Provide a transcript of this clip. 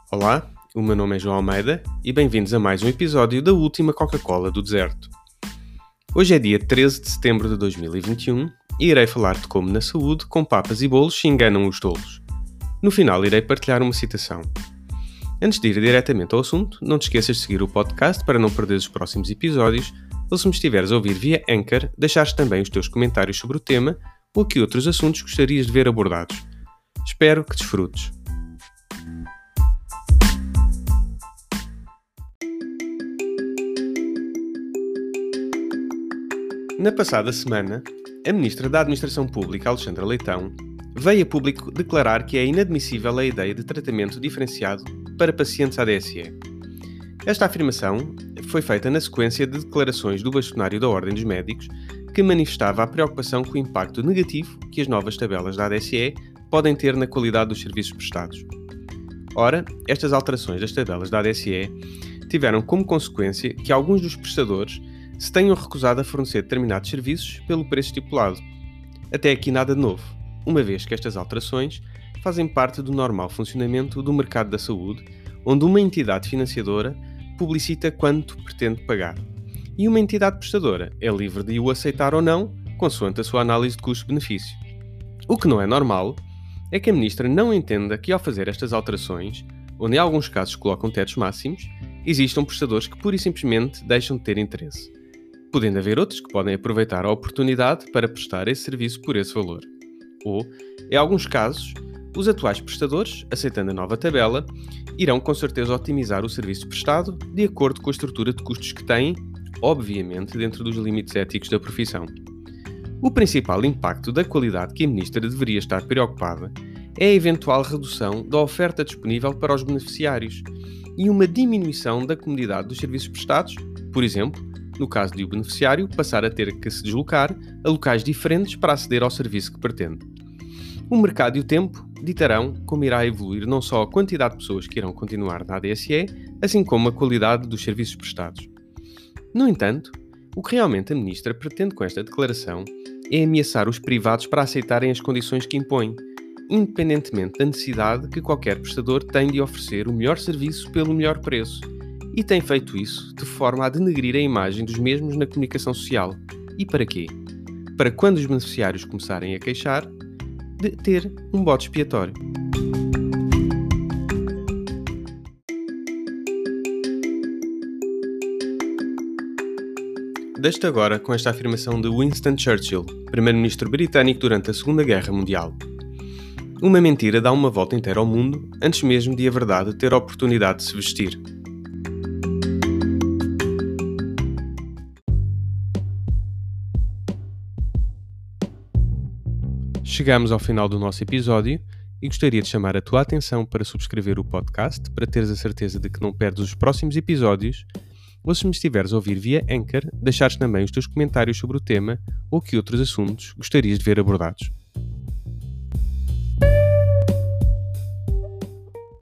Olá, o meu nome é João Almeida e bem-vindos a mais um episódio da última Coca-Cola do Deserto. Hoje é dia 13 de setembro de 2021 e irei falar de como na saúde, com papas e bolos, se enganam os tolos. No final irei partilhar uma citação. Antes de ir diretamente ao assunto, não te esqueças de seguir o podcast para não perderes os próximos episódios, ou se me estiveres a ouvir via Anchor, deixares também os teus comentários sobre o tema ou que outros assuntos gostarias de ver abordados. Espero que desfrutes. Na passada semana, a Ministra da Administração Pública, Alexandra Leitão, veio a público declarar que é inadmissível a ideia de tratamento diferenciado para pacientes ADSE. Esta afirmação foi feita na sequência de declarações do bastonário da Ordem dos Médicos, que manifestava a preocupação com o impacto negativo que as novas tabelas da ADSE podem ter na qualidade dos serviços prestados. Ora, estas alterações das tabelas da ADSE tiveram como consequência que alguns dos prestadores se tenham recusado a fornecer determinados serviços pelo preço estipulado. Até aqui nada de novo, uma vez que estas alterações fazem parte do normal funcionamento do mercado da saúde, onde uma entidade financiadora publicita quanto pretende pagar. E uma entidade prestadora é livre de o aceitar ou não, consoante a sua análise de custo-benefício. O que não é normal é que a Ministra não entenda que, ao fazer estas alterações, onde em alguns casos colocam tetos máximos, existam prestadores que pura e simplesmente deixam de ter interesse, podendo haver outros que podem aproveitar a oportunidade para prestar esse serviço por esse valor. Ou, em alguns casos, os atuais prestadores, aceitando a nova tabela, irão com certeza otimizar o serviço prestado de acordo com a estrutura de custos que têm, obviamente dentro dos limites éticos da profissão. O principal impacto da qualidade que a Ministra deveria estar preocupada é a eventual redução da oferta disponível para os beneficiários e uma diminuição da comodidade dos serviços prestados, por exemplo, no caso de o beneficiário passar a ter que se deslocar a locais diferentes para aceder ao serviço que pretende. O mercado e o tempo ditarão como irá evoluir não só a quantidade de pessoas que irão continuar na ADSE, assim como a qualidade dos serviços prestados. No entanto, o que realmente a Ministra pretende com esta declaração é ameaçar os privados para aceitarem as condições que impõe, independentemente da necessidade que qualquer prestador tem de oferecer o melhor serviço pelo melhor preço, e tem feito isso de forma a denegrir a imagem dos mesmos na comunicação social. E para quê? Para quando os beneficiários começarem a queixar, de ter um bode expiatório. Deixo-te agora com esta afirmação de Winston Churchill, primeiro-ministro britânico durante a Segunda Guerra Mundial. Uma mentira dá uma volta inteira ao mundo antes mesmo de a verdade ter a oportunidade de se vestir. Chegamos ao final do nosso episódio e gostaria de chamar a tua atenção para subscrever o podcast para teres a certeza de que não perdes os próximos episódios, ou se me estiveres a ouvir via Anchor, deixares também os teus comentários sobre o tema ou que outros assuntos gostarias de ver abordados.